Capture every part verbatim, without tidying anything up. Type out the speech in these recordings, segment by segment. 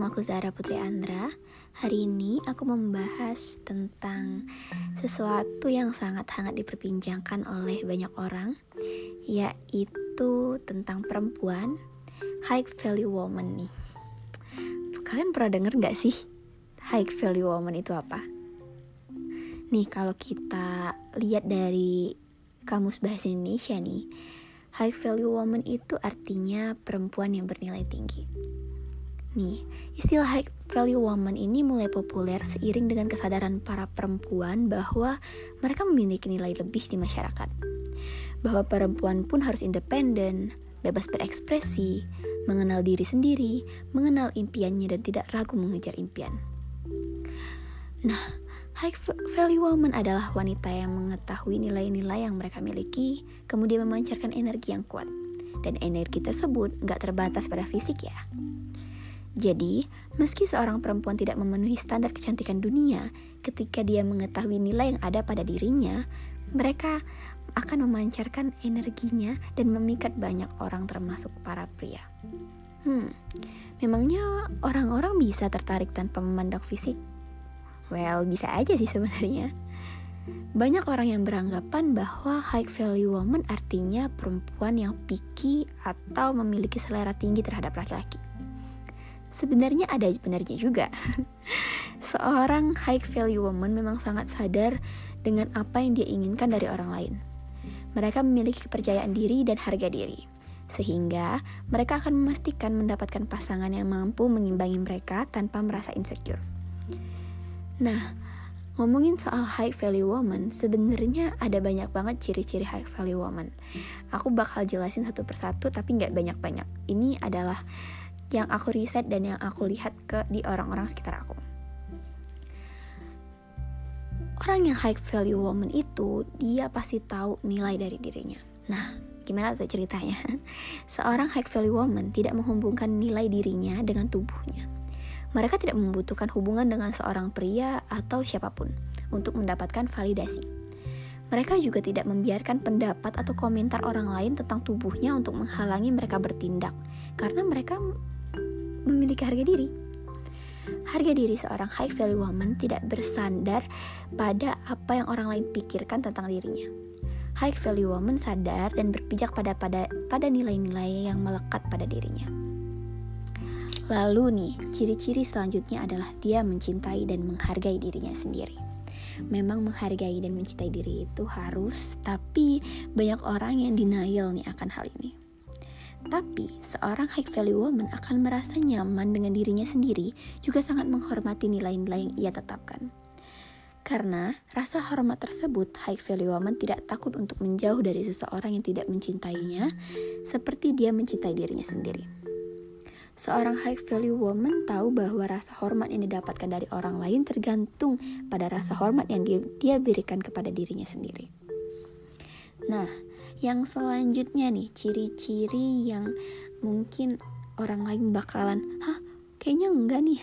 Nama aku Zahra Putri Andra. Hari ini aku membahas tentang sesuatu yang sangat hangat diperbincangkan oleh banyak orang, yaitu tentang perempuan, high value woman nih. Kalian pernah denger gak sih high value woman itu apa? Nih kalau kita lihat dari Kamus Bahasa Indonesia nih, high value woman itu artinya perempuan yang bernilai tinggi. Nih, istilah high value woman ini mulai populer seiring dengan kesadaran para perempuan bahwa mereka memiliki nilai lebih di masyarakat. Bahwa perempuan pun harus independen, bebas berekspresi, mengenal diri sendiri, mengenal impiannya dan tidak ragu mengejar impian. Nah, high value woman adalah wanita yang mengetahui nilai-nilai yang mereka miliki, kemudian memancarkan energi yang kuat. Dan energi tersebut gak terbatas pada fisik ya. Jadi, meski seorang perempuan tidak memenuhi standar kecantikan dunia, ketika dia mengetahui nilai yang ada pada dirinya, mereka akan memancarkan energinya dan memikat banyak orang termasuk para pria. Hmm, memangnya orang-orang bisa tertarik tanpa memandang fisik? Well, bisa aja sih sebenarnya. Banyak orang yang beranggapan bahwa high value woman artinya perempuan yang picky atau memiliki selera tinggi terhadap laki-laki. Sebenarnya ada benarnya juga. Seorang high value woman memang sangat sadar dengan apa yang dia inginkan dari orang lain. Mereka memiliki kepercayaan diri dan harga diri, sehingga mereka akan memastikan mendapatkan pasangan yang mampu mengimbangi mereka tanpa merasa insecure. Nah, ngomongin soal high value woman, sebenarnya ada banyak banget ciri-ciri high value woman. Aku bakal jelasin satu persatu tapi gak banyak-banyak. Ini adalah yang aku riset dan yang aku lihat ke di orang-orang sekitar aku. Orang yang high value woman itu, dia pasti tahu nilai dari dirinya. Nah, gimana tuh ceritanya? Seorang high value woman tidak menghubungkan nilai dirinya dengan tubuhnya. Mereka tidak membutuhkan hubungan dengan seorang pria atau siapapun untuk mendapatkan validasi. Mereka juga tidak membiarkan pendapat atau komentar orang lain tentang tubuhnya untuk menghalangi mereka bertindak, karena mereka memiliki harga diri. Harga diri seorang high value woman tidak bersandar pada apa yang orang lain pikirkan tentang dirinya. High value woman sadar dan berpijak pada pada pada nilai-nilai yang melekat pada dirinya. Lalu nih, ciri-ciri selanjutnya adalah dia mencintai dan menghargai dirinya sendiri. Memang menghargai dan mencintai diri itu harus, tapi banyak orang yang denial nih akan hal ini. Tapi, seorang high value woman akan merasa nyaman dengan dirinya sendiri, juga sangat menghormati nilai-nilai yang ia tetapkan. Karena rasa hormat tersebut, high value woman tidak takut untuk menjauh dari seseorang yang tidak mencintainya, seperti dia mencintai dirinya sendiri. Seorang high value woman tahu bahwa rasa hormat yang didapatkan dari orang lain tergantung pada rasa hormat yang dia, dia berikan kepada dirinya sendiri. Nah, yang selanjutnya nih, ciri-ciri yang mungkin orang lain bakalan, hah kayaknya enggak nih,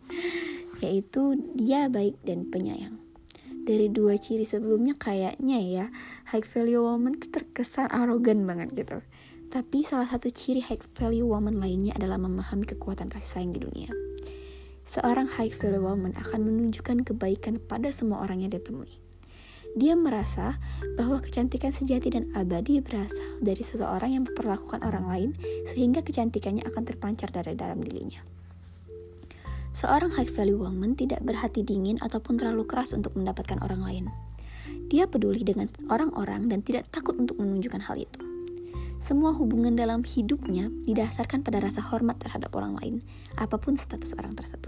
yaitu dia baik dan penyayang. Dari dua ciri sebelumnya kayaknya ya, high value woman itu terkesan arogan banget gitu. Tapi salah satu ciri high value woman lainnya adalah memahami kekuatan kasih sayang di dunia. Seorang high value woman akan menunjukkan kebaikan pada semua orang yang ditemui. Dia merasa bahwa kecantikan sejati dan abadi berasal dari seseorang yang memperlakukan orang lain sehingga kecantikannya akan terpancar dari dalam dirinya. Seorang high value woman tidak berhati dingin ataupun terlalu keras untuk mendapatkan orang lain. Dia peduli dengan orang-orang dan tidak takut untuk menunjukkan hal itu. Semua hubungan dalam hidupnya didasarkan pada rasa hormat terhadap orang lain, apapun status orang tersebut.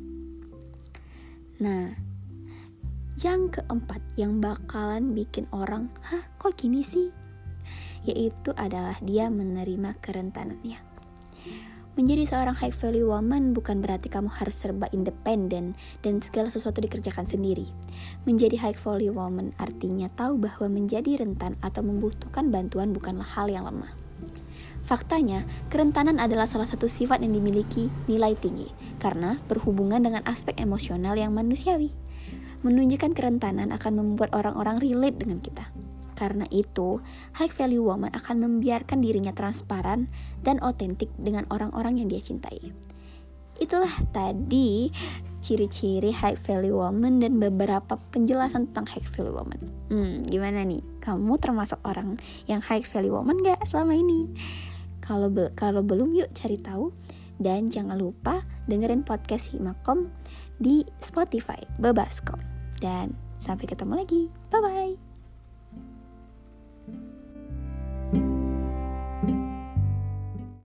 Nah, yang keempat yang bakalan bikin orang, hah kok gini sih? Yaitu adalah dia menerima kerentanannya. Menjadi seorang high value woman bukan berarti kamu harus serba independen dan segala sesuatu dikerjakan sendiri. Menjadi high value woman artinya tahu bahwa menjadi rentan atau membutuhkan bantuan bukanlah hal yang lemah. Faktanya, kerentanan adalah salah satu sifat yang dimiliki nilai tinggi karena berhubungan dengan aspek emosional yang manusiawi. Menunjukkan kerentanan akan membuat orang-orang relate dengan kita. Karena itu, high value woman akan membiarkan dirinya transparan dan otentik dengan orang-orang yang dia cintai. itulah tadi ciri-ciri high value woman dan beberapa penjelasan tentang high value woman. Hmm, gimana nih? Kamu termasuk orang yang high value woman gak selama ini? Kalau be- kalau belum, yuk cari tahu. Dan jangan lupa dengerin podcast Himakom di Spotify, Bebaskom. Dan sampai ketemu lagi. Bye-bye.